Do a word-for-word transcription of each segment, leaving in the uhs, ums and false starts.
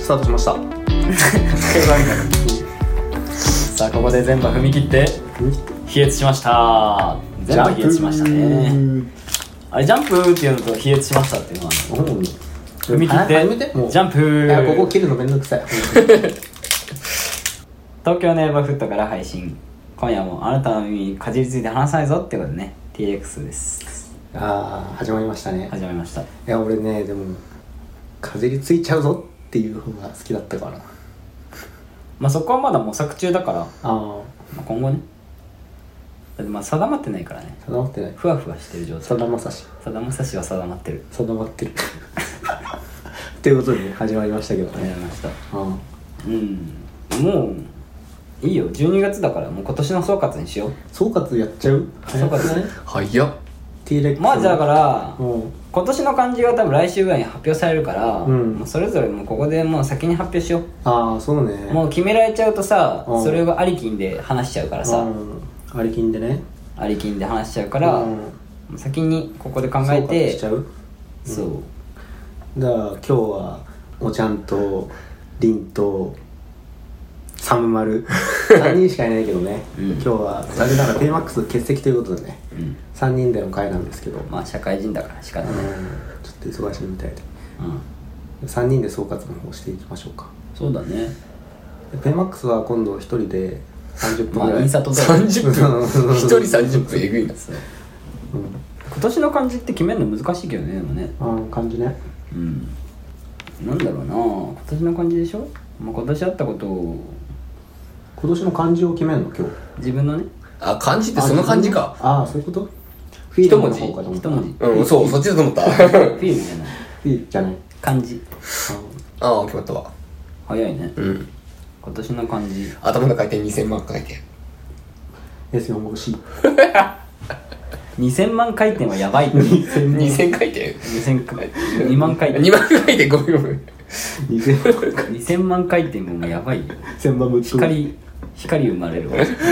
スタートしましたさあここで全部踏み切って飛躍しました。全部飛躍しましたね。あれジャンプっていうのと飛躍しましたっていうのは、ね、踏み切ってジャンプ。 いやここ切るのめんどくさい東京ネイバーフットから配信。今夜もあなたの耳にかじりついて話さないぞってことでね ティーエックス です。 ああ始まりましたね。 始まりました。いや俺ねでもかじりついちゃうぞっていう方が好きだったから、 まあそこはまだ模索中だから、 あ、 まあ、今後ねだってまあ定まってないからね。 定まってない。 ふわふわしてる状態。 さだまさしさだまさしは定まってる。 定まってるっていうことで、ね、始まりましたけどね。 始まりました。 あうんもういいよ。じゅうにがつだからもう今年の総括にしよう。 総括やっちゃう。 総括ね。 早っ。 ティーレックスまあじゃあだからうん今年の漢字が多分来週ぐらいに発表されるから、 うんもうそれぞれもうここでもう先に発表しよう。 ああそうね。 もう決められちゃうとさ、 うんそれがありきんで話しちゃうからさ、 うん、ありきんでね。 ありきんで話しちゃうから、 うんもう先にここで考え総括てしちゃう。 そうだから今日はおちゃんとりんとサムマルさんにんしかいないけどね、 うん今日は残念ながらペイマックス欠席ということでね、 うんさんにんでの会なんですけど、 まあ社会人だから仕方うんない。 ちょっと忙しいみたいでうんさんにんで総括の方していきましょうか。 そうだね。 でペイマックスは今度ひとりでさんじゅっぷんまぐらい、 あインサートだよ。 さんじゅっぷんひとりさんじゅっぷんえぐいな。 そううん今年の漢字って決めるの難しいけどね。でもねあー感じね。 うんなんだろうな今年の漢字でしょ。まあ、今年あったことを今年の漢字を決めるの今日。 自分のねあ、漢字ってその漢字か。 ああそういうこと。フィールの方かと思った一文字うん、そうそっちだと思ったフィールじゃないフィールじゃない。 漢字。 ああ決まったわ。 早いね。 うん。 今年の漢字頭の回転にせんまん回転。 エスよんごシーにせんまん回転はやばい。 にせん回転。 にせんにまん回転にまん回転ごめんごめん。 にせんまんにせんまん回転もやばいよ。 せんまんぶっ飛ぶ。 光光生まれるわ。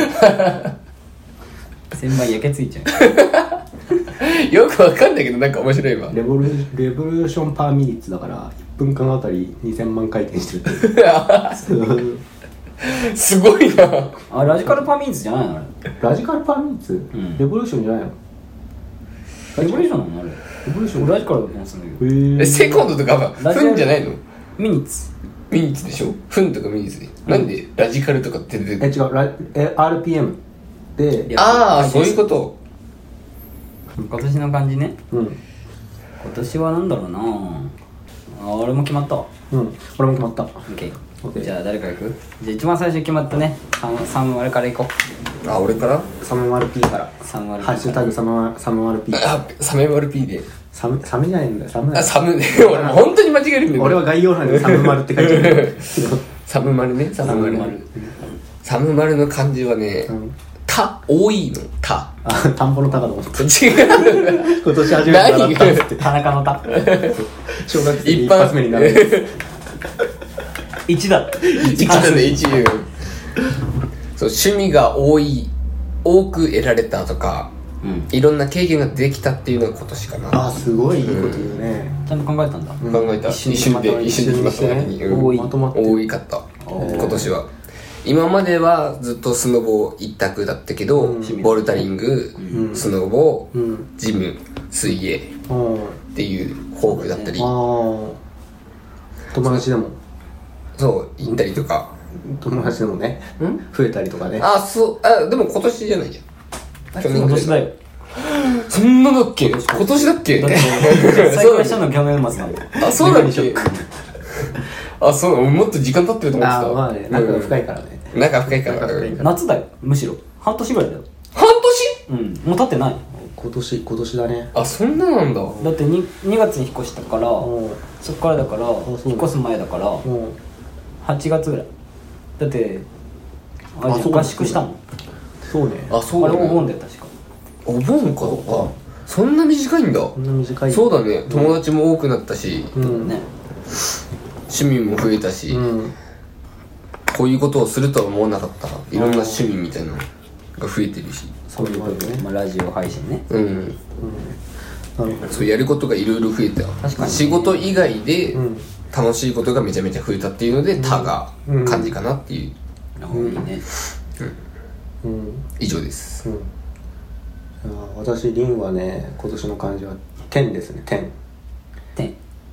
せんまん焼けついちゃう。 よくわかんないけどなんか面白いわ。 レボリュレボリューションパーミニッツだからいっぷんかんあたりにせんまん回転してるっていうすごいな。 あラジカルパーミニッツじゃないのあれ。 ラジカルパーミニッツ、 んレボリューションじゃないの。 レボリューションなのあれ。 レボリューション俺ラジカルだと思ってたんだけど。 へーえセコンドとかはラジカルフンじゃないの？ ミニッツ。 ミニッツでしょ？フンとかミニッツで。なんでラジカルとかって出てえくる？ 違うラえ アールピーエム で、 ああそういうこと。 今年の漢字ね。 うん今年はなんだろうなあ俺も決まったわ。 うん俺も決まった。 オッケー。 OK じゃあ誰からいく。じゃあ一番最初に決まったねさん割からいこう。 あ俺から？ サムマル P からさん割ハッシュタグサムサムマル P。 あサメマル P で。 サムサムじゃないんだよサムだよ。 あサムね。俺もう本当に間違えるんだよ。 俺は概要欄にサムマルって書いてあるサムマルね。サムマル。 サムマルサムマルの漢字はねうん、 た多いのた。 あ田んぼの田かと思った。 違う。 今年初めて習ったっつって田中の田小学生一般一発目になるいちだ。 一だね一そう趣味が多い多く得られたとか、 うんいろんな経験ができたっていうのが今年かな。 あすごいいいこと言うね。 ちゃんと考えたんだ。 考えた。 一一瞬で瞬で一瞬できましたね。 一瞬でうん多いまとまってる多いかった今年は。今まではずっとスノボ一択だったけど、 うんボルダリング、 うんスノボ、 うんジム、水泳っうんていう豊富だったり、 ああ友達でもそう行ったりとか。 友達でもねん増えたりとかね。 あそうあでも今年じゃないじゃん。去今年だよ。 そんなだっけ？今年だっけ？ だって再開したの去年末なんだよ。 あそうだっけ？あそうもっと時間経ってると思ってた。 ああまあね仲が深いからね。 うん仲深いから。 仲深いから夏だよむしろ半年ぐらいだよ。 半年？ うんもう経ってない。 今年今年だね。 あそんななんだ。 だって 2, 2月に引っ越したからうんそっからだからそう引っ越す前だからうんはちがつぐらいだってあれあそうだ合宿したもん。 そうね。 あそうだあれお盆ね。 だよ確か。 お盆かとか。そんな短いんだ。 こんな短い。 そうだね。友達も多くなったし、 うんね趣味も増えたし、 うんこういうことをするとは思わなかった。いろんな趣味みたいなのが増えてるし。 そういうことね。 まあラジオ配信ね。 うん。 なるほど。 そうやることがいろいろ増えた。 確かに仕事以外でうん楽しいことがめちゃめちゃ増えたっていうので「た」が漢字かなっていう、 うん、いいね、 うん、 以上です、 うん、私りんはね今年の漢字は天ですね。天天、 うん、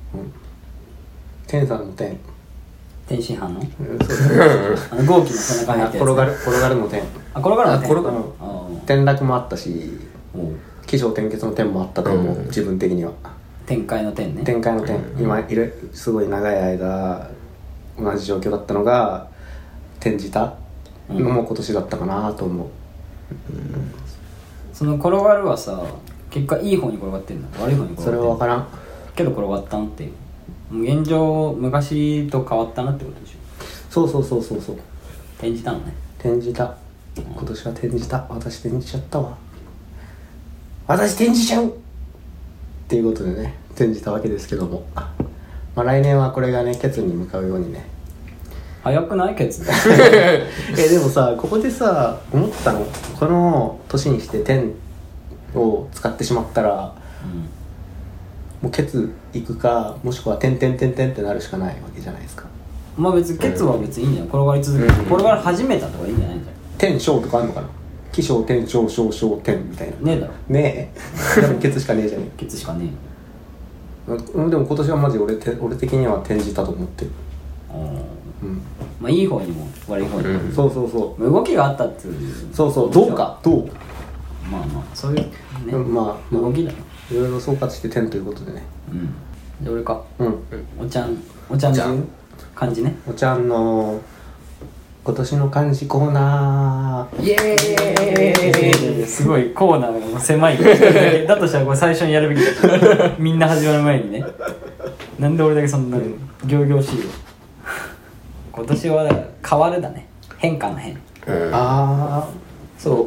天さんの天天津飯の、 うん、そうですあの豪気の背中に入ったやつ、ね、 転がる転がるの天、 あ転がるの天、 転がる、 うん、転落もあったし起承転結の天もあったと思う、うん、自分的には展開の天ね。 展開の天、うん、今いるすごい長い間同じ状況だったのが転じたのも今年だったかなと思う、 うん、その転がるはさ結果いい方に転がってんの悪い方に転がってんの？ それは分からんけど転がったんっていう現状昔と変わったなってことでしょ。 そうそうそうそうそう転じたのね。 転じた今年は転じた。私転じちゃったわ。私転じちゃうっていうことでね転じたわけですけども、まあ来年はこれがねケツに向かうようにね。 早くないケツえでもさここでさ思ったの、この年にして天を使ってしまったら、うん、もうケツ行くかもしくは点点点点ってなるしかないわけじゃないですか。 まあ別にケツは別にいいんじゃない、転がり続ける、うん、転がり始めたとかいいんじゃないんだよ。 天小とかあるのかな、起承転小小小天みたいな。ねえだろ。 ねえでもケツしかねえじゃねえケツしかねえ。でも今年はマジ 俺, て俺的には転じたと思ってる。 うん、まあいい方にも悪い方にも、 うん、そうそうそう動きがあったっていうそうそうどうかどうまあまあそういうね、 まあ、まあ、 動きだよ。 いろいろ総括して天ということでね。 うんで俺か、 うん、 おちゃんおちゃんの漢字ね。 おちゃんの今年の漢字コーナーイエーイすごいコーナーが狭いだとしたらこれ最初にやるべきだみんな始まる前にね。なんで俺だけそんな仰々しいよ。今年はだから変わるだね。変化の変、 うん、ああそう、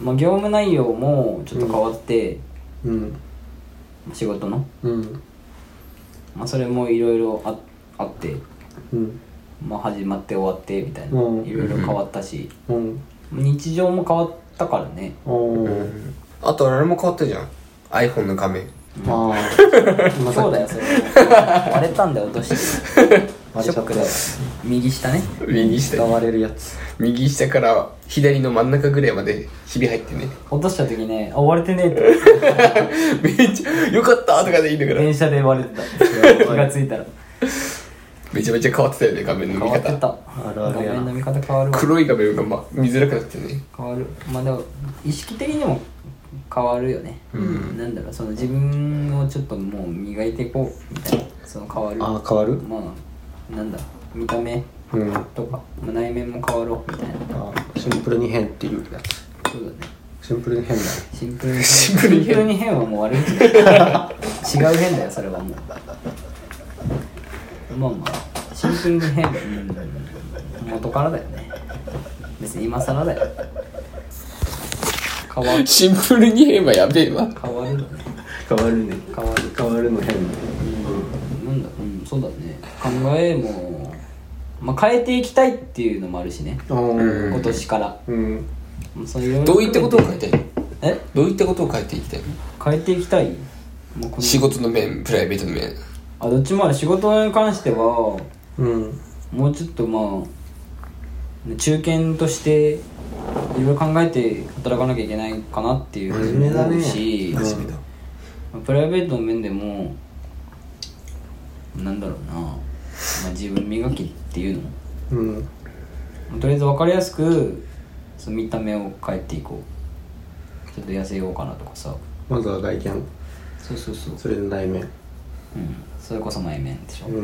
まあ、業務内容もちょっと変わって、うん、仕事の、うんまあ、それもいろいろあって、うんまあ、始まって終わってみたいな、いろいろ変わったし、うん、日常も変わったからね、 うん、あとあれも変わったじゃん iPhone の画面、 うん、ああそうだよそれ割れたんだよ落としてショックだよ。右下ね右下使われるやつ右下から左の真ん中ぐらいまでひび入ってね落とした時ねあ割れてねえってめっちゃよかったとかでいいんだから電車で割れてた気がついたらめちゃめちゃ変わってたよね画面の見方。 変わってた。あるある画面の見方変わるわ。 黒い画面が、ま、見づらくなってね変わる。まあでも意識的にも変わるよね、うん、なんだろうその自分をちょっともう磨いていこうみたいなその変わる。 あ変わるまあなんだ見た目とか、うん、まあ、内面も変わろうみたいな。 あシンプルに変っていうやつ。 そうだねシンプルに変だね。 シンプルに変シンプルに変はもう悪い違う変だよそれはもうまあまあシンプルに変、うん、元からだよね別に今更だよ。変わるシンプルに変はやべえわ。 変わるね変わるね変わる変わるの変、うん、 なんだうんそうだね考えも、まあ、変えていきたいっていうのもあるしね、うん、今年から、うん、 そういうどういったことを変えたいの？ えどういったことを変えていきたいの？ 変えていきたい、 まあ、この仕事の面プライベートの面あどっちもある。仕事に関しては、うん、もうちょっとまあ中堅としていろいろ考えて働かなきゃいけないかなっていうふうに思うし、真面目だね。プライベートの面でもなんだろうな、まあ、自分磨きっていうの、うん、とりあえず分かりやすくその見た目を変えていこう。ちょっと痩せようかなとかさ。 まずは外見。 そうそうそう。 それで内面。 うん。それこそ内面でしょ。うん。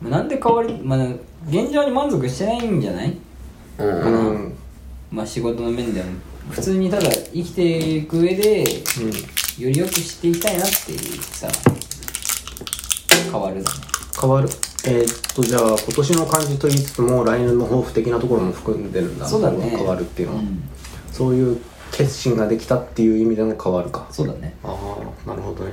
なんで変わり、まあ現状に満足してないんじゃない？うん。かな。うん、まあ仕事の面では普通にただ生きていく上で、うん、より良くしていきたいなっていうさ変わるだね。 変わる。えー、っとじゃあ今年の漢字と言いつつも来年の抱負的なところも含んでるんだ。 そうだね。 変わるっていうのは、うん、そういう決心ができたっていう意味での変わるか。 そうだね。 ああなるほどね。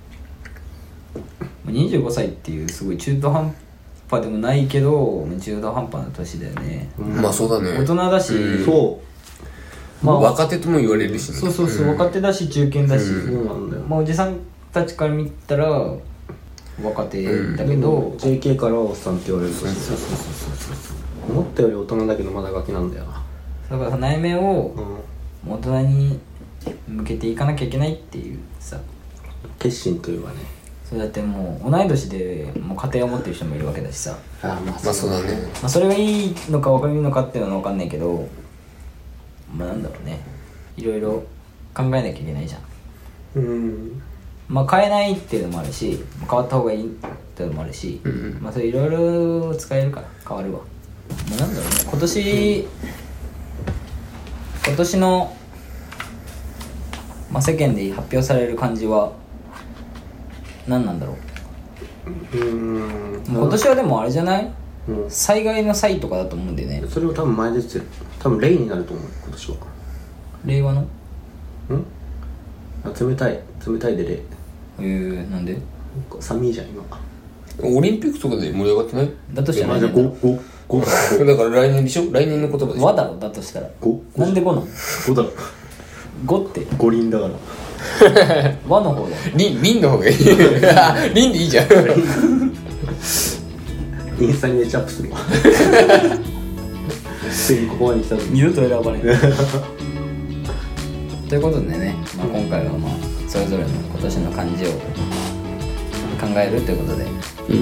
にじゅうごさいっていうすごい中途半端でもないけど中途半端な年だよね、 うん、まあそうだね。 大人だし、 うん、そうまあ若手とも言われるし、ね、 そうそうそう、うん、若手だし中堅だし、 うん、そうなんだよ。 まあおじさんたちから見たら若手だけど、 ジェーケー からはおっさんって言われる年で思ったより大人だけどまだガキなんだよな。 だから内面をうん大人に向けていかなきゃいけないっていうさ、 決心というかね。 それだってもう同い年でもう家庭を持ってる人もいるわけだしさ、 ああまあまあそうだね。 まあ、それがいいのか悪いのかっていうのは分かんないけど、まあなんだろうね、いろいろ考えなきゃいけないじゃん。 うんまあ変えないっていうのもあるし、変わった方がいいっていうのもあるし、 うんうんまあそれいろいろ使えるから変わるわ。まあなんだろうね、今年、うん、今年の、まあ、世間で発表される感じは何なんだろう。 うん今年はでもあれじゃない、 うん災害の際とかだと思うんだよね。 それを多分前で言ってる。多分レイになると思う今年は。 令和のうんあ冷たい冷たいでレイ。 えー、なんで寒いじゃん今。 オリンピックとかで盛り上がってない？ だとしたらあじゃあごごごだだから来年でしょ？来年の言葉でしょ？ 和だろ、だとしたらごなんでごなのごだろ。 ごって五輪だから。 和の方だよ。 リン、リンの方がいい。リンでいいじゃん。 インスタにめっちゃアップするわ。ついにここまで来たのに。 二度と選ばれないということでね、まあ、今回はまあそれぞれの今年の漢字を考えるということで、 うん。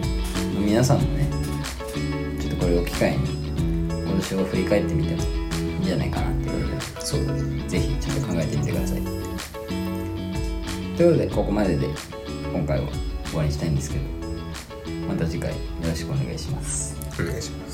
皆さんもねちょっとこれを機会に今年を振り返ってみてもいいんじゃないかなっていうので、 そうだね。 ぜひちょっと考えてみてください。ということでここまでで今回は終わりにしたいんですけど、また次回よろしくお願いします。 お願いします。